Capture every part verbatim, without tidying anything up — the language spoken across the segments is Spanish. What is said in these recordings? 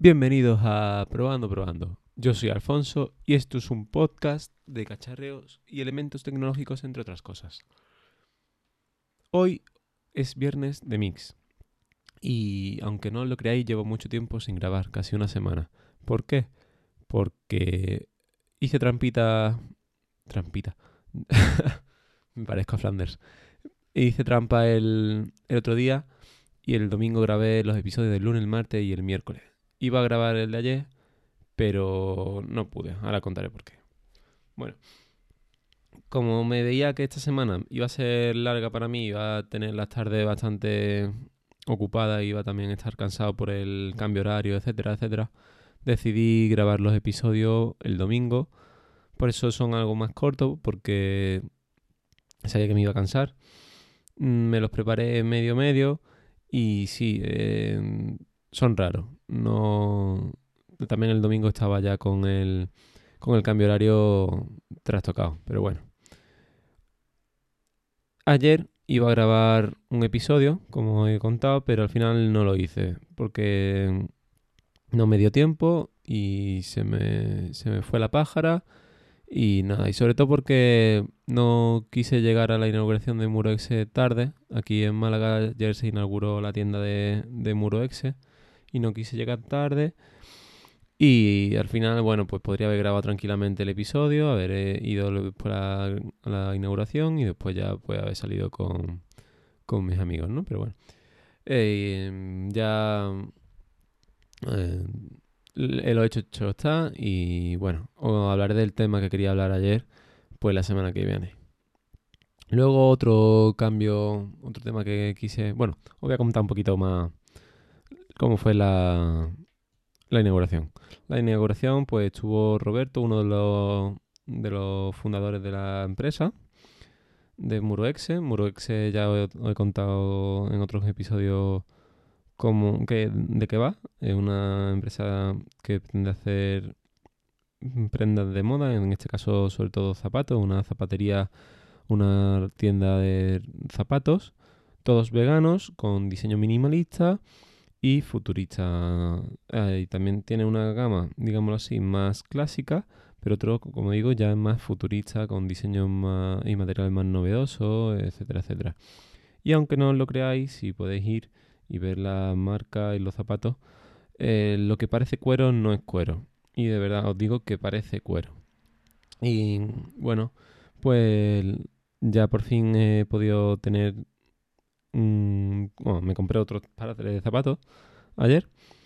Bienvenidos a Probando Probando. Yo soy Alfonso y esto es un podcast de cacharreos y elementos tecnológicos, entre otras cosas. Hoy es viernes de mix y, aunque no lo creáis, llevo mucho tiempo sin grabar, casi una semana. ¿Por qué? Porque hice trampita... Trampita. Me parezco a Flanders. Hice trampa el, el otro día y el domingo grabé los episodios del lunes, el martes y el miércoles. Iba a grabar el de ayer, pero no pude. Ahora contaré por qué. Bueno, como me veía que esta semana iba a ser larga para mí, iba a tener las tardes bastante ocupadas, iba también a estar cansado por el cambio horario, etcétera, etcétera, decidí grabar los episodios el domingo. Por eso son algo más cortos, porque sabía que me iba a cansar. Me los preparé medio medio y sí, eh, son raros. No, también el domingo estaba ya con el con el cambio horario trastocado, pero bueno. Ayer iba a grabar un episodio, como he contado, pero al final no lo hice porque no me dio tiempo y se me, se me fue la pájara y nada, y sobre todo porque no quise llegar a la inauguración de Muroexe tarde. Aquí en Málaga ayer se inauguró la tienda de, de Muroexe y no quise llegar tarde. Y al final, bueno, pues podría haber grabado tranquilamente el episodio, haber eh, ido después a la, a la inauguración y después ya pues haber salido con, con mis amigos, ¿no? Pero bueno, eh, ya eh, lo hecho, hecho está. Y bueno, os hablaré del tema que quería hablar ayer, pues la semana que viene. Luego otro cambio, otro tema que quise... Bueno, os voy a comentar un poquito más cómo fue la, la inauguración. La inauguración, pues estuvo Roberto, uno de los, de los fundadores de la empresa, de Muroexe. Muroexe ya os he, os he contado en otros episodios cómo, que, de qué va. Es una empresa que pretende hacer prendas de moda, en este caso sobre todo zapatos, una zapatería, una tienda de zapatos, todos veganos, con diseño minimalista y futurista. Eh, y también tiene una gama, digámoslo así, más clásica, pero otro, como digo, ya es más futurista, con diseños más y materiales más novedosos, etcétera, etcétera. Y aunque no lo creáis, si podéis ir y ver la marca y los zapatos, eh, lo que parece cuero no es cuero. Y de verdad os digo que parece cuero. Y bueno, pues ya por fin he podido tener... mm, bueno, me compré otros pares de zapatos ayer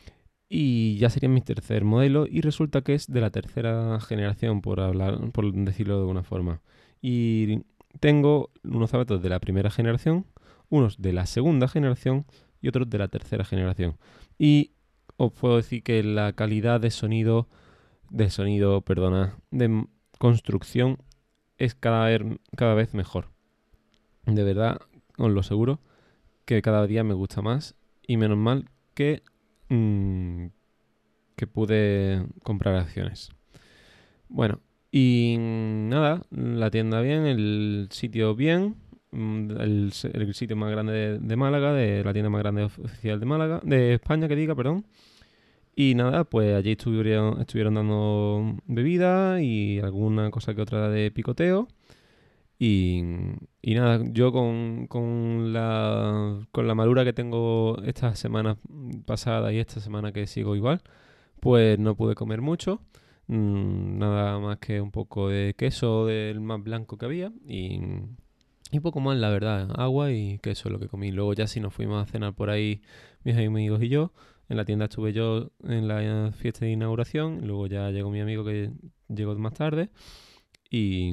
y ya sería mi tercer modelo y resulta que es de la tercera generación, por hablar, por decirlo de alguna forma. Y tengo unos zapatos de la primera generación, unos de la segunda generación y otros de la tercera generación. Y os puedo decir que la calidad de sonido, de sonido, perdona, de construcción es cada vez, cada vez mejor. De verdad, os lo aseguro, que cada día me gusta más y menos mal que mmm, que pude comprar acciones. Bueno, y nada, la tienda bien, el sitio bien, el, el sitio más grande de, de Málaga, de la tienda más grande oficial de Málaga, de España, que diga, perdón. Y nada, pues allí estuvieron, estuvieron dando bebida y alguna cosa que otra de picoteo. Y, y nada, yo con, con, la, con la malura que tengo estas semanas pasadas y esta semana que sigo igual, pues no pude comer mucho. Mmm, nada más que un poco de queso del más blanco que había y, y poco más, la verdad. Agua y queso es lo que comí. Luego ya sí nos fuimos a cenar por ahí mis amigos y yo. En la tienda estuve yo en la fiesta de inauguración. Luego ya llegó mi amigo que llegó más tarde. Y,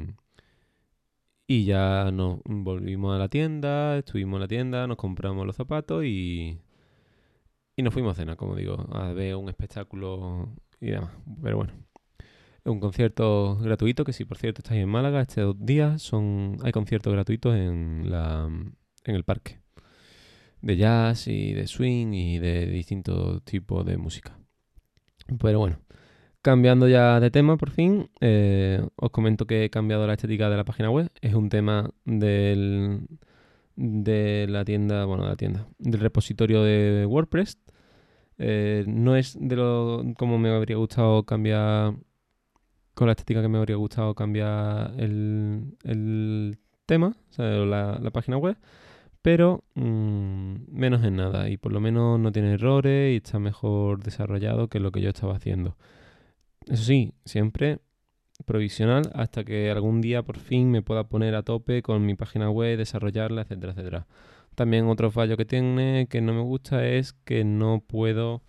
y ya nos volvimos a la tienda, estuvimos en la tienda, nos compramos los zapatos y, y nos fuimos a cenar, como digo, a ver un espectáculo y demás. Pero bueno, es un concierto gratuito, que si por cierto estáis en Málaga, estos dos días son, hay conciertos gratuitos en, la, en el parque. De jazz y de swing y de distintos tipos de música. Pero bueno, cambiando ya de tema por fin, eh, os comento que he cambiado la estética de la página web. Es un tema del, de la tienda, bueno, de la tienda, del repositorio de WordPress. Eh, no es de lo como me habría gustado cambiar, con la estética que me habría gustado cambiar el, el tema, o sea, la, la página web, pero mmm, menos en nada y por lo menos no tiene errores y está mejor desarrollado que lo que yo estaba haciendo. Eso sí, siempre provisional hasta que algún día por fin me pueda poner a tope con mi página web, desarrollarla, etcétera, etcétera. También otro fallo que tiene que no me gusta es que no puedo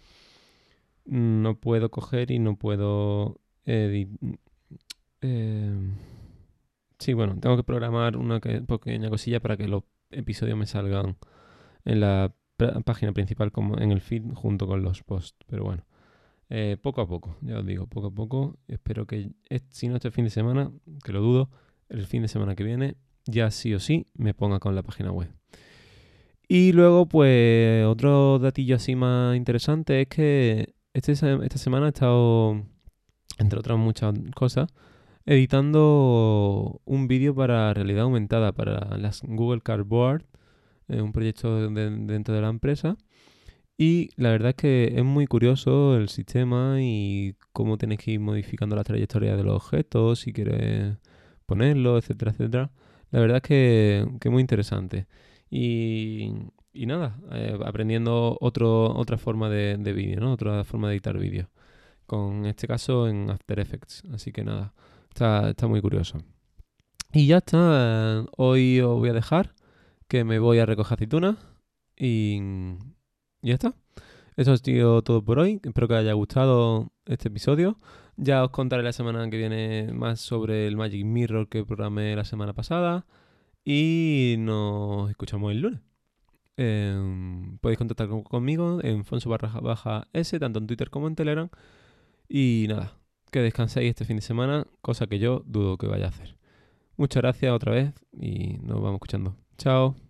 no puedo coger y no puedo eh, eh, sí, bueno, tengo que programar una que- pequeña cosilla para que los episodios me salgan en la pr- página principal como en el feed junto con los posts, pero bueno. Eh, poco a poco, ya os digo, poco a poco. Espero que, es- si no este fin de semana, que lo dudo, el fin de semana que viene, ya sí o sí me ponga con la página web. Y luego, pues, otro datillo así más interesante es que este, se- esta semana he estado, entre otras muchas cosas, editando un vídeo para realidad aumentada, para las Google Cardboard, eh, un proyecto de- dentro de la empresa. Y la verdad es que es muy curioso el sistema y cómo tienes que ir modificando la trayectoria de los objetos, si quieres ponerlo, etcétera, etcétera. La verdad es que, que es muy interesante. Y, y nada, eh, aprendiendo otro, otra forma de, de vídeo, ¿no? Otra forma de editar vídeo. Con este caso en After Effects. Así que nada, está, está muy curioso. Y ya está. eh, Hoy os voy a dejar que me voy a recoger aceitunas y y ya está. Eso ha sido todo por hoy. Espero que os haya gustado este episodio. Ya os contaré la semana que viene más sobre el Magic Mirror que programé la semana pasada. Y nos escuchamos el lunes. Eh, podéis contactar con- conmigo en Fonso barra baja S, tanto en Twitter como en Telegram. Y nada, que descanséis este fin de semana, cosa que yo dudo que vaya a hacer. Muchas gracias otra vez y nos vamos escuchando. Chao.